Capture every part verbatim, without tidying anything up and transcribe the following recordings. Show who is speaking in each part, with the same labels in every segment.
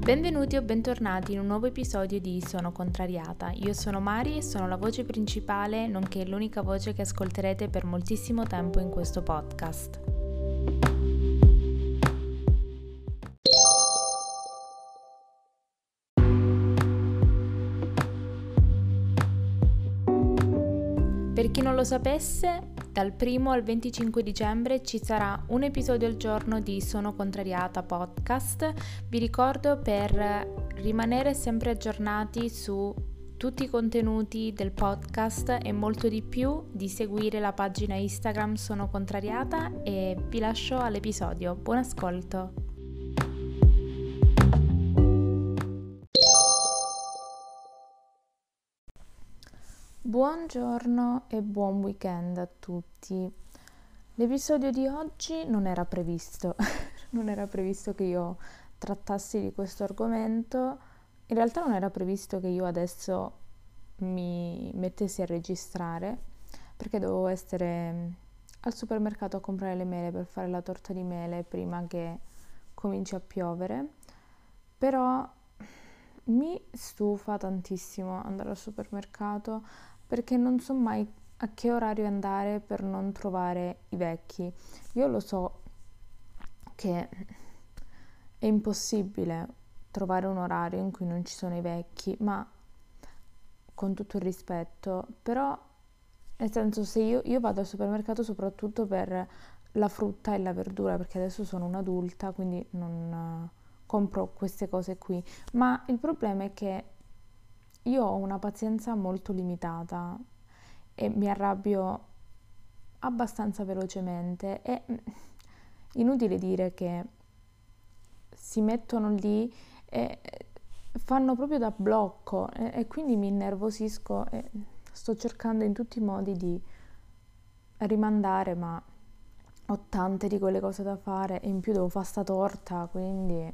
Speaker 1: Benvenuti o bentornati in un nuovo episodio di Sono Contrariata. Io sono Mari e sono la voce principale, nonché l'unica voce che ascolterete per moltissimo tempo in questo podcast. Per chi non lo sapesse, dal primo al venticinque dicembre ci sarà un episodio al giorno di Sono Contrariata podcast. Vi ricordo, per rimanere sempre aggiornati su tutti i contenuti del podcast e molto di più, di seguire la pagina Instagram Sono Contrariata, e vi lascio all'episodio. Buon ascolto! Buongiorno e buon weekend a tutti. L'episodio di oggi non era previsto, non era previsto che io trattassi di questo argomento. In realtà non era previsto che io adesso mi mettessi a registrare, perché dovevo essere al supermercato a comprare le mele per fare la torta di mele prima che cominci a piovere. Però mi stufa tantissimo andare al supermercato, perché non so mai a che orario andare per non trovare i vecchi. Io lo so che è impossibile trovare un orario in cui non ci sono i vecchi, ma con tutto il rispetto, però nel senso, se io, io vado al supermercato soprattutto per la frutta e la verdura, perché adesso sono un'adulta, quindi non uh, compro queste cose qui, ma il problema è che io ho una pazienza molto limitata e mi arrabbio abbastanza velocemente. È inutile dire che si mettono lì e fanno proprio da blocco, e, e quindi mi innervosisco e sto cercando in tutti i modi di rimandare, ma ho tante di quelle cose da fare e in più devo fare sta torta, quindi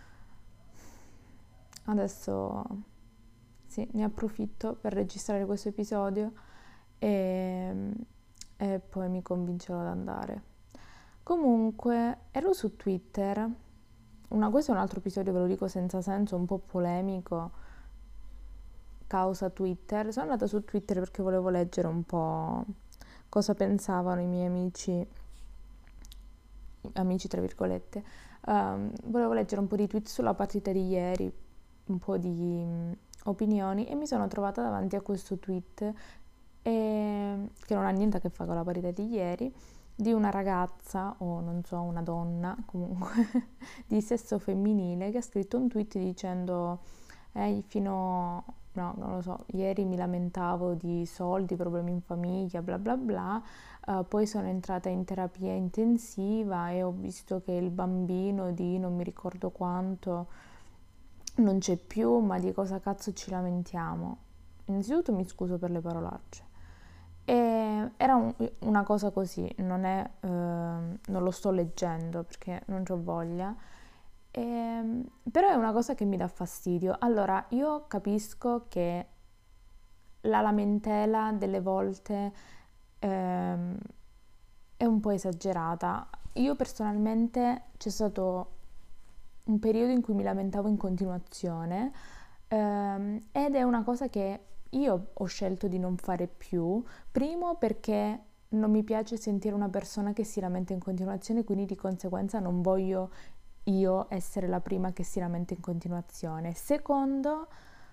Speaker 1: adesso sì, ne approfitto per registrare questo episodio e, e poi mi convincerò ad andare. Comunque, ero su Twitter, una, questo è un altro episodio, ve lo dico senza senso, un po' polemico, causa Twitter. Sono andata su Twitter perché volevo leggere un po' cosa pensavano i miei amici, amici tra virgolette, um, volevo leggere un po' di tweet sulla partita di ieri, un po' di um, opinioni, e mi sono trovata davanti a questo tweet e, che non ha niente a che fare con la partita di ieri, di una ragazza, o non so, una donna comunque di sesso femminile, che ha scritto un tweet dicendo eh, fino, no, non lo so, ieri mi lamentavo di soldi, problemi in famiglia, bla bla bla, uh, poi sono entrata in terapia intensiva e ho visto che il bambino di non mi ricordo quanto non c'è più, ma di cosa cazzo ci lamentiamo? Innanzitutto mi scuso per le parolacce. E era un, una cosa così, non è, eh, non lo sto leggendo perché non c'ho voglia, e, però è una cosa che mi dà fastidio. Allora, io capisco che la lamentela delle volte ehm, è un po' esagerata. Io personalmente c'è stato un periodo in cui mi lamentavo in continuazione, ehm, ed è una cosa che io ho scelto di non fare più. Primo, perché non mi piace sentire una persona che si lamenta in continuazione, quindi di conseguenza non voglio io essere la prima che si lamenta in continuazione. Secondo,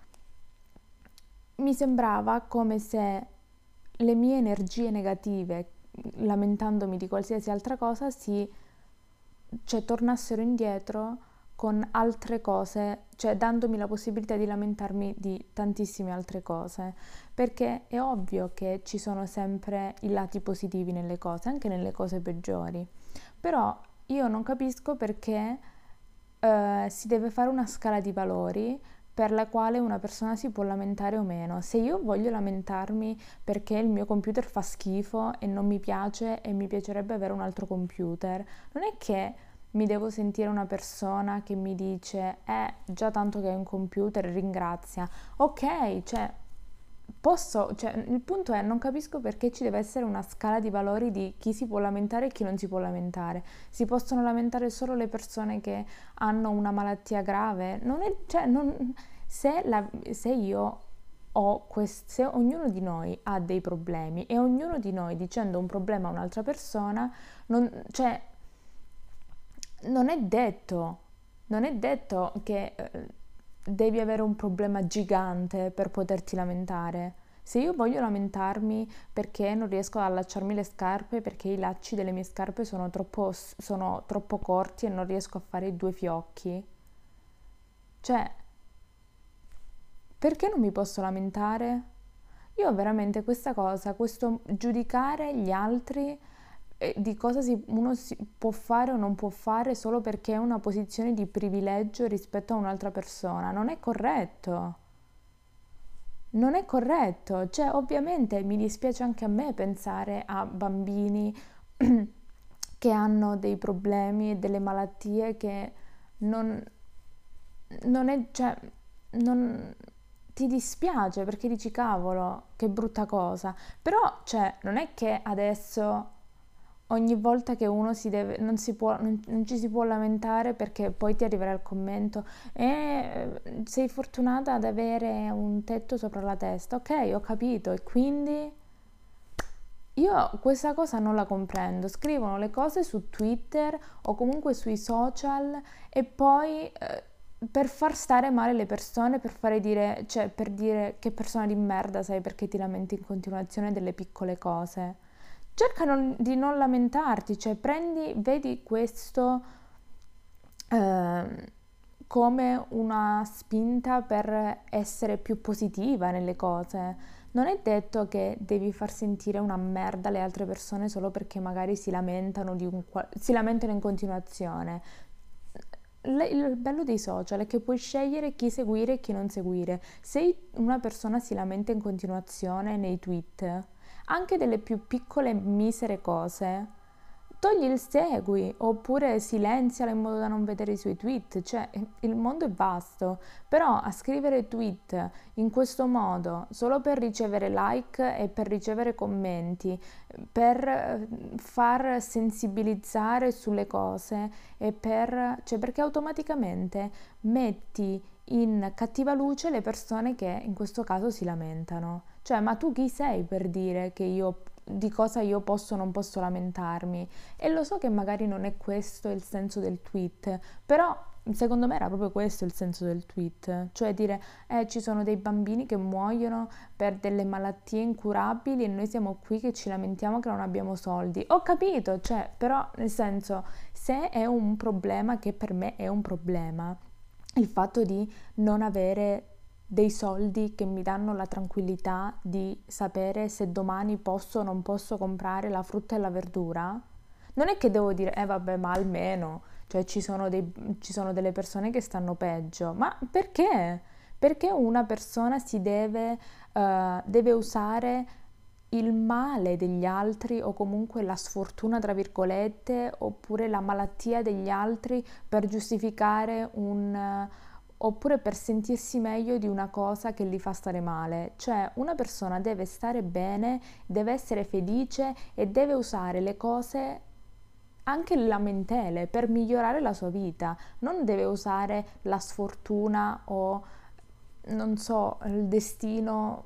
Speaker 1: mi sembrava come se le mie energie negative, lamentandomi di qualsiasi altra cosa, si, cioè, tornassero indietro con altre cose, cioè dandomi la possibilità di lamentarmi di tantissime altre cose, perché è ovvio che ci sono sempre i lati positivi nelle cose, anche nelle cose peggiori, però io non capisco perché eh, si deve fare una scala di valori per la quale una persona si può lamentare o meno. Se io voglio lamentarmi perché il mio computer fa schifo e non mi piace e mi piacerebbe avere un altro computer, non è che mi devo sentire una persona che mi dice eh, già tanto che hai un computer, ringrazia. Ok, cioè, posso, cioè, il punto è, non capisco perché ci deve essere una scala di valori di chi si può lamentare e chi non si può lamentare. Si possono lamentare solo le persone che hanno una malattia grave? Non è, cioè, non, se, la, se io ho quest, se ognuno di noi ha dei problemi e ognuno di noi dicendo un problema a un'altra persona, non, cioè, non è detto, non è detto che eh, devi avere un problema gigante per poterti lamentare. Se io voglio lamentarmi perché non riesco ad allacciarmi le scarpe, perché i lacci delle mie scarpe sono troppo, sono troppo corti e non riesco a fare i due fiocchi, cioè, perché non mi posso lamentare? Io veramente questa cosa, questo giudicare gli altri eh, di cosa si- uno si può fare o non può fare solo perché è una posizione di privilegio rispetto a un'altra persona, non è corretto. Non è corretto, cioè ovviamente mi dispiace anche a me pensare a bambini che hanno dei problemi e delle malattie che non, non è, cioè, non ti dispiace perché dici cavolo, che brutta cosa. Però, cioè, non è che adesso ogni volta che uno si deve, non si può, non, non ci si può lamentare perché poi ti arriverà il commento e sei fortunata ad avere un tetto sopra la testa. Ok, ho capito, e quindi io questa cosa non la comprendo. Scrivono le cose su Twitter o comunque sui social e poi eh, per far stare male le persone, per fare dire, cioè per dire che persona di merda sei perché ti lamenti in continuazione delle piccole cose. Cerca non- di non lamentarti, cioè prendi, vedi questo ehm, come una spinta per essere più positiva nelle cose. Non è detto che devi far sentire una merda le altre persone solo perché magari si lamentano di un qual- si lamentano in continuazione. Le- Il bello dei social è che puoi scegliere chi seguire e chi non seguire. Se una persona si lamenta in continuazione nei tweet, anche delle più piccole misere cose, togli il segui oppure silenziala in modo da non vedere i suoi tweet, cioè il mondo è vasto, però a scrivere tweet in questo modo solo per ricevere like e per ricevere commenti, per eh, far sensibilizzare sulle cose e per, cioè perché automaticamente metti in cattiva luce le persone che in questo caso si lamentano. Cioè, ma tu chi sei per dire che io di cosa io posso o non posso lamentarmi? E lo so che magari non è questo il senso del tweet, però secondo me era proprio questo il senso del tweet, cioè dire eh, ci sono dei bambini che muoiono per delle malattie incurabili e noi siamo qui che ci lamentiamo che non abbiamo soldi. Ho capito, cioè, però nel senso, se è un problema che per me è un problema, il fatto di non avere dei soldi che mi danno la tranquillità di sapere se domani posso o non posso comprare la frutta e la verdura, non è che devo dire, eh vabbè, ma almeno, cioè ci sono, dei, ci sono delle persone che stanno peggio, ma perché? Perché una persona si deve, eh, deve usare il male degli altri o comunque la sfortuna, tra virgolette, oppure la malattia degli altri per giustificare un, eh, oppure per sentirsi meglio di una cosa che li fa stare male. Cioè, una persona deve stare bene, deve essere felice e deve usare le cose anche lamentele per migliorare la sua vita, non deve usare la sfortuna o non so, il destino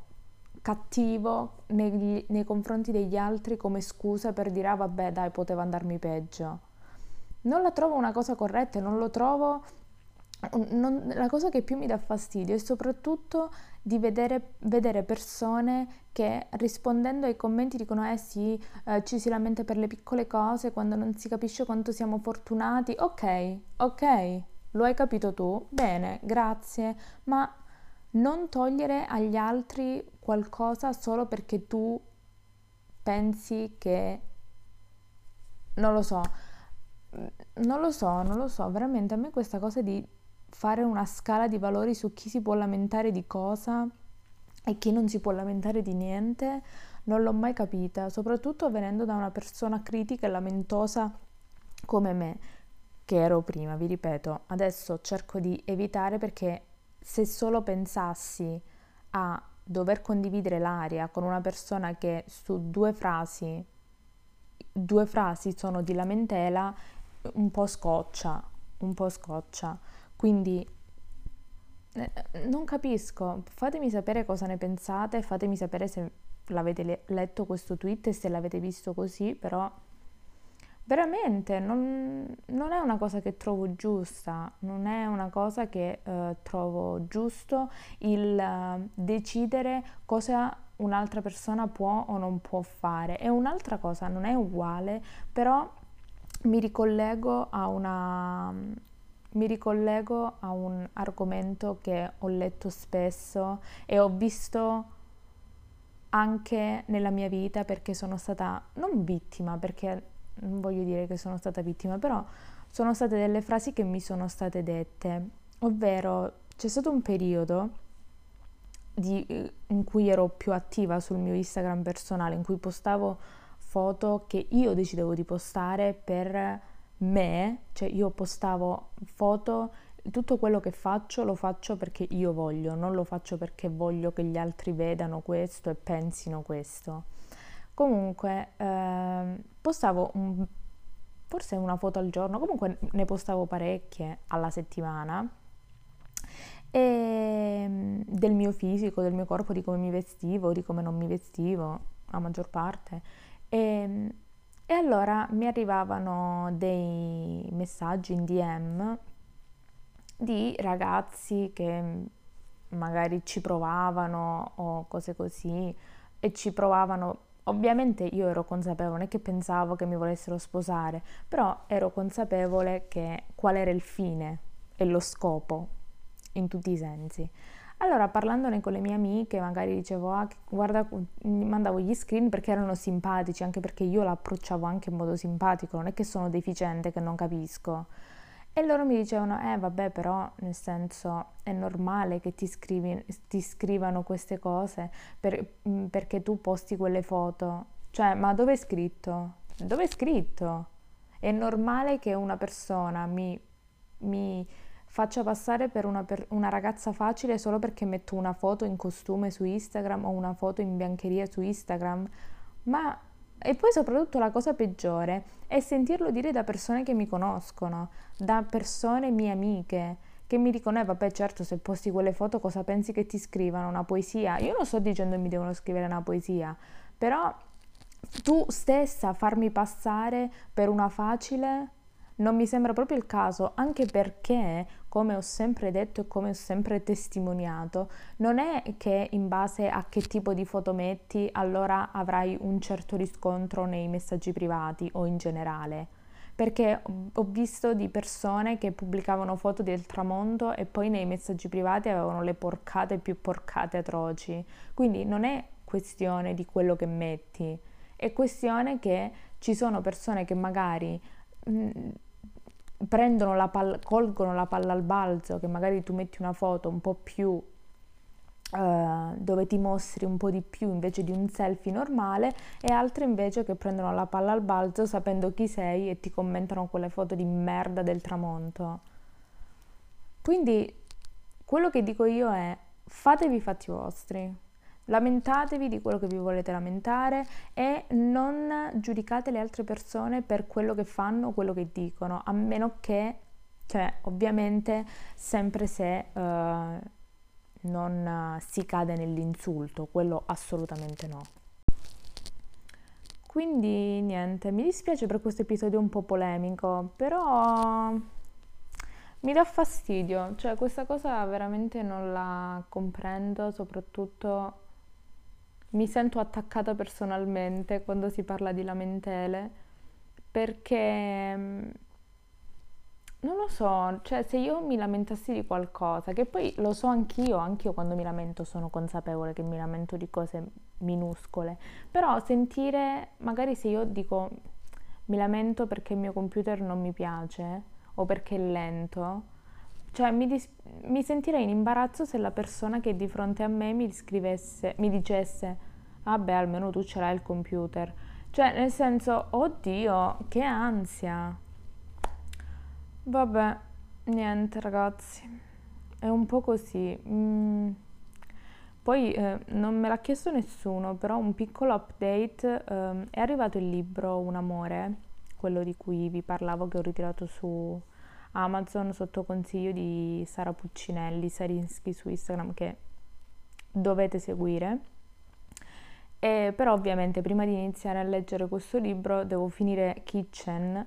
Speaker 1: cattivo negli- nei confronti degli altri come scusa per dire ah vabbè dai poteva andarmi peggio. Non la trovo una cosa corretta e non lo trovo non- la cosa che più mi dà fastidio è soprattutto di vedere, vedere persone che rispondendo ai commenti dicono eh sì, eh, ci si lamenta per le piccole cose quando non si capisce quanto siamo fortunati. Ok, ok, lo hai capito tu? Bene, grazie, ma non togliere agli altri qualcosa solo perché tu pensi che non lo so, non lo so, non lo so, veramente a me questa cosa di fare una scala di valori su chi si può lamentare di cosa e chi non si può lamentare di niente, non l'ho mai capita, soprattutto venendo da una persona critica e lamentosa come me, che ero prima, vi ripeto, adesso cerco di evitare perché se solo pensassi a dover condividere l'aria con una persona che su due frasi, due frasi sono di lamentela, un po' scoccia, un po' scoccia. Quindi eh, non capisco, fatemi sapere cosa ne pensate, fatemi sapere se l'avete le- letto questo tweet e se l'avete visto così, però veramente non, non è una cosa che trovo giusta, non è una cosa che eh, trovo giusto il eh, decidere cosa un'altra persona può o non può fare. È un'altra cosa, non è uguale, però mi ricollego a una mi ricollego a un argomento che ho letto spesso e ho visto anche nella mia vita perché sono stata non vittima, perché non voglio dire che sono stata vittima, però sono state delle frasi che mi sono state dette, ovvero c'è stato un periodo di, in cui ero più attiva sul mio Instagram personale, in cui postavo foto che io decidevo di postare per me, cioè io postavo foto, tutto quello che faccio lo faccio perché io voglio, non lo faccio perché voglio che gli altri vedano questo e pensino questo. Comunque, ehm, postavo un- forse una foto al giorno, comunque ne postavo parecchie alla settimana e mm, del mio fisico, del mio corpo, di come mi vestivo, di come non mi vestivo, la maggior parte. E, e allora mi arrivavano dei messaggi in D M di ragazzi che magari ci provavano o cose così e ci provavano. Ovviamente io ero consapevole, non è che pensavo che mi volessero sposare, però ero consapevole che qual era il fine e lo scopo in tutti i sensi. Allora, parlandone con le mie amiche, magari dicevo, ah, guarda, mi mandavo gli screen perché erano simpatici, anche perché io l'approcciavo anche in modo simpatico, non è che sono deficiente, che non capisco. E loro mi dicevano, eh vabbè, però nel senso è normale che ti, scrivi, ti scrivano queste cose per- mm, perché tu posti quelle foto. Cioè, ma dove è scritto? Dove è scritto? È normale che una persona mi, mi faccia passare per una, per una ragazza facile solo perché metto una foto in costume su Instagram o una foto in biancheria su Instagram? Ma e poi soprattutto la cosa peggiore è sentirlo dire da persone che mi conoscono, da persone mie amiche, che mi dicono, eh vabbè certo se posti quelle foto cosa pensi che ti scrivano? Una poesia? Io non sto dicendo che mi devono scrivere una poesia, però tu stessa farmi passare per una facile non mi sembra proprio il caso, anche perché, come ho sempre detto e come ho sempre testimoniato, non è che in base a che tipo di foto metti allora avrai un certo riscontro nei messaggi privati o in generale. Perché ho visto di persone che pubblicavano foto del tramonto e poi nei messaggi privati avevano le porcate più porcate atroci. Quindi non è questione di quello che metti, è questione che ci sono persone che magari mh, prendono la palla, colgono la palla al balzo, che magari tu metti una foto un po' più eh, dove ti mostri un po' di più invece di un selfie normale, e altre invece che prendono la palla al balzo sapendo chi sei e ti commentano quelle foto di merda del tramonto. Quindi quello che dico io è fatevi i fatti vostri, lamentatevi di quello che vi volete lamentare e non giudicate le altre persone per quello che fanno o quello che dicono, a meno che, cioè ovviamente sempre se eh, non eh, si cade nell'insulto, quello assolutamente no. Quindi niente, mi dispiace per questo episodio un po' polemico, però mi dà fastidio, cioè questa cosa veramente non la comprendo, soprattutto mi sento attaccata personalmente quando si parla di lamentele, perché mm, non lo so, cioè se io mi lamentassi di qualcosa, che poi lo so anch'io, anch'io quando mi lamento sono consapevole che mi lamento di cose minuscole, però sentire, magari se io dico mi lamento perché il mio computer non mi piace o perché è lento, cioè mi, dis- mi sentirei in imbarazzo se la persona che è di fronte a me mi scrivesse, mi dicesse, vabbè almeno tu ce l'hai il computer, cioè nel senso, oddio, che ansia. Vabbè, niente ragazzi, è un po' così. Mm, Poi eh, non me l'ha chiesto nessuno, però un piccolo update, ehm, è arrivato il libro Un amore, quello di cui vi parlavo che ho ritirato su Amazon sotto consiglio di Sara Puccinelli, Sarinsky su Instagram, che dovete seguire. E però ovviamente prima di iniziare a leggere questo libro devo finire Kitchen.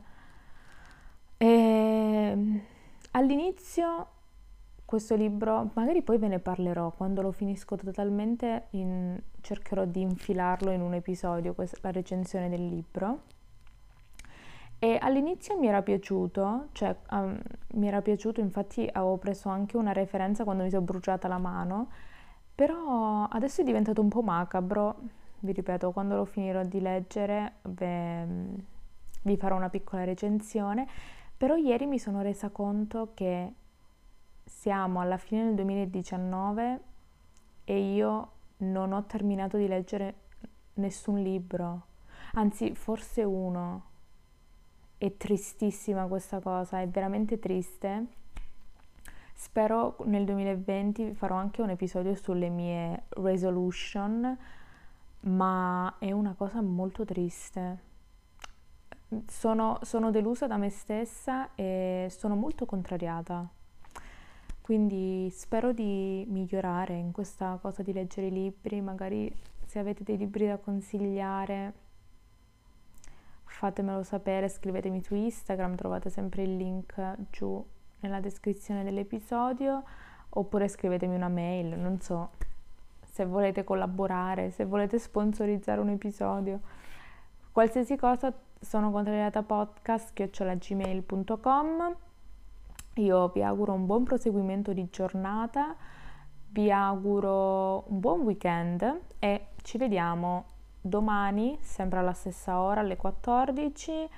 Speaker 1: E all'inizio questo libro, magari poi ve ne parlerò, quando lo finisco totalmente in- cercherò di infilarlo in un episodio, questa- la recensione del libro. E all'inizio mi era piaciuto, cioè um, mi era piaciuto, infatti avevo preso anche una referenza quando mi sono bruciata la mano, però adesso è diventato un po' macabro, vi ripeto, quando lo finirò di leggere ve- vi farò una piccola recensione, però ieri mi sono resa conto che siamo alla fine del duemiladiciannove e io non ho terminato di leggere nessun libro, anzi forse uno. È tristissima questa cosa, è veramente triste. Spero nel duemilaventi farò anche un episodio sulle mie resolution, ma è una cosa molto triste. Sono, sono delusa da me stessa e sono molto contrariata. Quindi spero di migliorare in questa cosa di leggere i libri, magari se avete dei libri da consigliare fatemelo sapere, scrivetemi su Instagram, trovate sempre il link giù nella descrizione dell'episodio, oppure scrivetemi una mail, non so, se volete collaborare, se volete sponsorizzare un episodio, qualsiasi cosa. Sono contrariata podcast chiocciola gmail punto com. Io vi auguro un buon proseguimento di giornata, vi auguro un buon weekend e ci vediamo domani, sempre alla stessa ora, alle quattordici,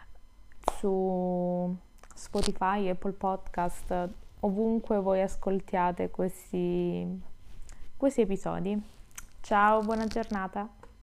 Speaker 1: su Spotify, Apple Podcast, ovunque voi ascoltiate questi, questi episodi. Ciao, buona giornata!